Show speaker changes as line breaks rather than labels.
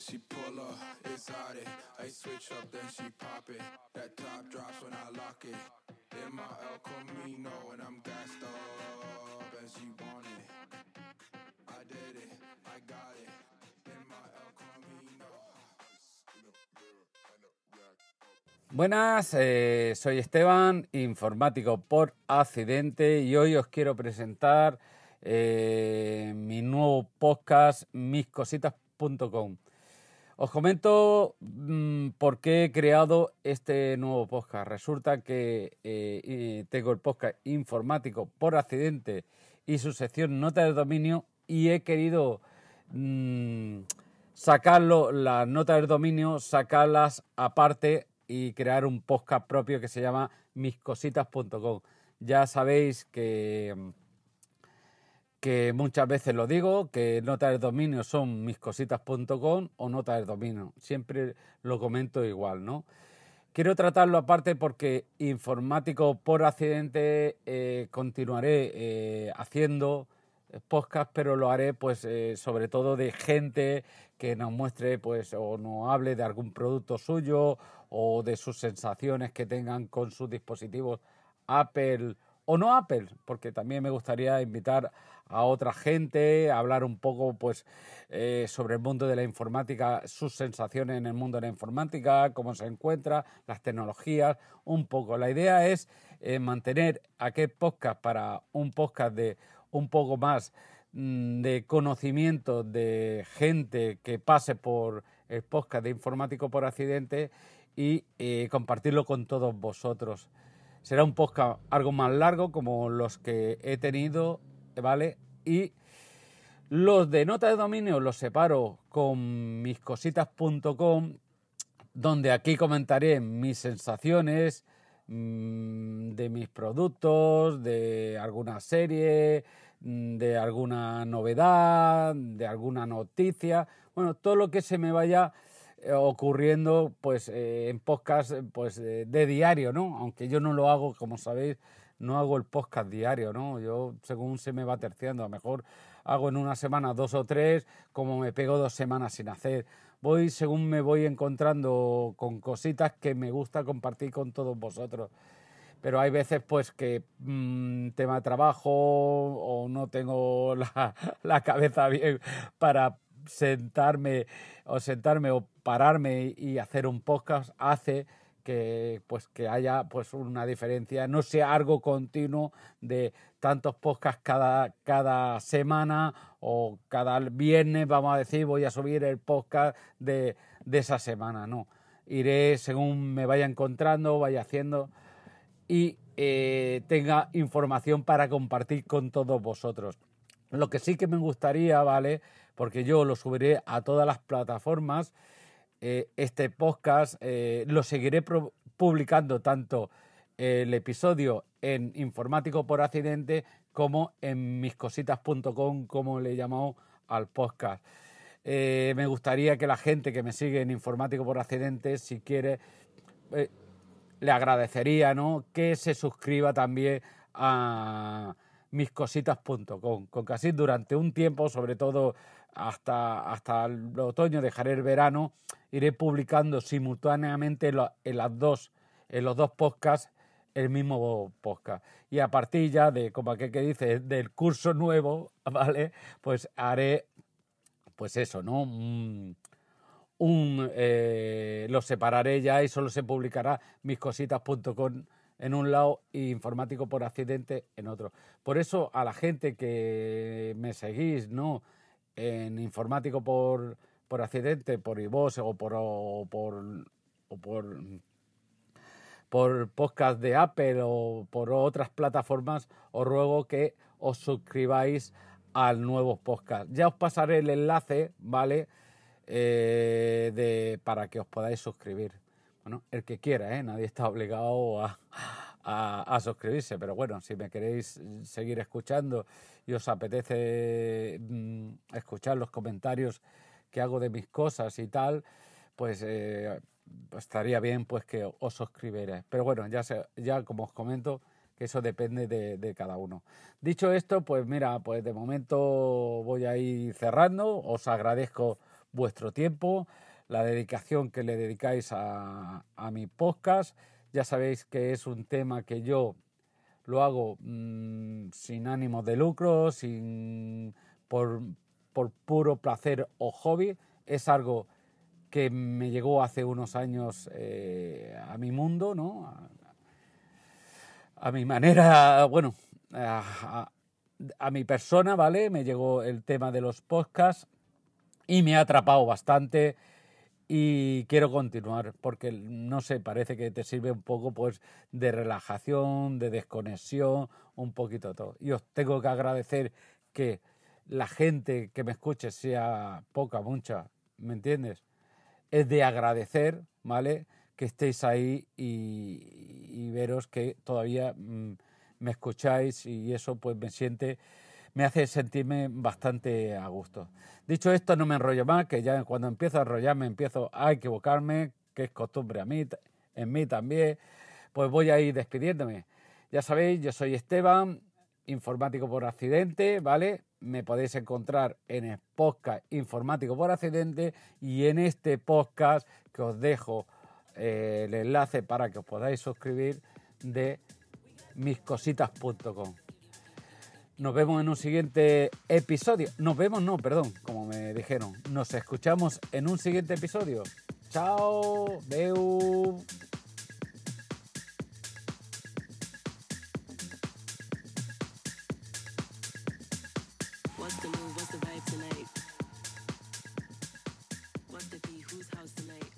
She pull up, it's hot it. I switch up, then she pop it. That top drops when I lock it. In my El Camino, and I'm gassed up as she want it. I did it, I got it. In my El Camino.
Buenas, soy Esteban, informático por accidente, y hoy os quiero presentar mi nuevo podcast, miscositas.com. Os comento por qué he creado este nuevo podcast. Resulta que tengo el podcast informático por accidente y su sección nota de dominio, y he querido sacarlo, las notas del dominio, sacarlas aparte y crear un podcast propio que se llama miscositas.com. Ya sabéis que muchas veces lo digo, que notas del dominio son miscositas.com o notas del dominio. Siempre lo comento igual, ¿no? Quiero tratarlo aparte porque informático por accidente continuaré haciendo podcast, pero lo haré pues sobre todo de gente que nos muestre pues o nos hable de algún producto suyo o de sus sensaciones que tengan con sus dispositivos Apple o no Apple, porque también me gustaría invitar a otra gente a hablar un poco pues sobre el mundo de la informática, sus sensaciones en el mundo de la informática, cómo se encuentra, las tecnologías, un poco. La idea es mantener aquel podcast para un podcast de un poco más de conocimiento de gente que pase por el podcast de Informático por Accidente y compartirlo con todos vosotros. Será un podcast algo más largo como los que he tenido, ¿vale? Y los de nota de dominio los separo con miscositas.com, donde aquí comentaré mis sensaciones de mis productos, de alguna serie, de alguna novedad, de alguna noticia, bueno, todo lo que se me vaya ocurriendo pues en podcast pues de diario, ¿no? Aunque yo no lo hago, como sabéis, no hago el podcast diario, ¿no? Yo según se me va terciando, a lo mejor hago en una semana 2 o 3, como me pego 2 semanas sin hacer. Voy según me voy encontrando con cositas que me gusta compartir con todos vosotros. Pero hay veces pues que tema de trabajo o no tengo la cabeza bien para sentarme o pararme y hacer un podcast, hace que pues que haya pues una diferencia, no sea algo continuo de tantos podcasts cada semana o cada viernes, vamos a decir, voy a subir el podcast de esa semana, no. Iré según me vaya encontrando, vaya haciendo y tenga información para compartir con todos vosotros. Lo que sí que me gustaría, ¿vale? Porque yo lo subiré a todas las plataformas, este podcast lo seguiré publicando tanto el episodio en Informático por Accidente como en miscositas.com, como le he llamado al podcast. Me gustaría que la gente que me sigue en Informático por Accidente, si quiere, le agradecería, ¿no?, que se suscriba también a miscositas.com, con que así durante un tiempo, sobre todo hasta el otoño, dejaré el verano, iré publicando simultáneamente en los dos podcasts el mismo podcast. Y a partir ya de, como aquel que dice, del curso nuevo, ¿vale?, pues haré pues eso, ¿no?, lo separaré ya y solo se publicará miscositas.com en un lado y Informático por Accidente en otro. Por eso a la gente que me seguís, ¿no?, en Informático por Accidente, por iVoox o por podcast de Apple o por otras plataformas, os ruego que os suscribáis al nuevo podcast. Ya os pasaré el enlace, ¿vale?, para que os podáis suscribir. Bueno, el que quiera, nadie está obligado a suscribirse, pero bueno, si me queréis seguir escuchando y os apetece escuchar los comentarios que hago de mis cosas y tal, pues estaría bien pues que os suscribierais. Pero bueno, ya como os comento, que eso depende de cada uno. Dicho esto, pues mira, pues de momento voy a ir cerrando. Os agradezco vuestro tiempo, la dedicación que le dedicáis a mi podcast. Ya sabéis que es un tema que yo lo hago sin ánimo de lucro, por puro placer o hobby. Es algo que me llegó hace unos años a mi mundo, ¿no? A mi manera, bueno, a mi persona, ¿vale? Me llegó el tema de los podcasts y me ha atrapado bastante y quiero continuar porque, no sé, parece que te sirve un poco pues de relajación, de desconexión, un poquito todo. Y os tengo que agradecer que la gente que me escuche, sea poca, mucha, ¿me entiendes? Es de agradecer, ¿vale? Que estéis ahí y veros que todavía me escucháis, y eso pues me hace sentirme bastante a gusto. Dicho esto, no me enrollo más, que ya cuando empiezo a enrollarme empiezo a equivocarme, que es costumbre en mí también. Pues voy a ir despidiéndome. Ya sabéis, yo soy Esteban, informático por accidente, ¿vale? Me podéis encontrar en el podcast Informático por Accidente, y en este podcast que os dejo el enlace para que os podáis suscribir, de miscositas.com. Nos vemos en un siguiente episodio. Nos vemos, no, perdón, como me dijeron. Nos escuchamos en un siguiente episodio. Chao, Deu.
What's the move? What's the vibe tonight? What's the beat? Whose house tonight?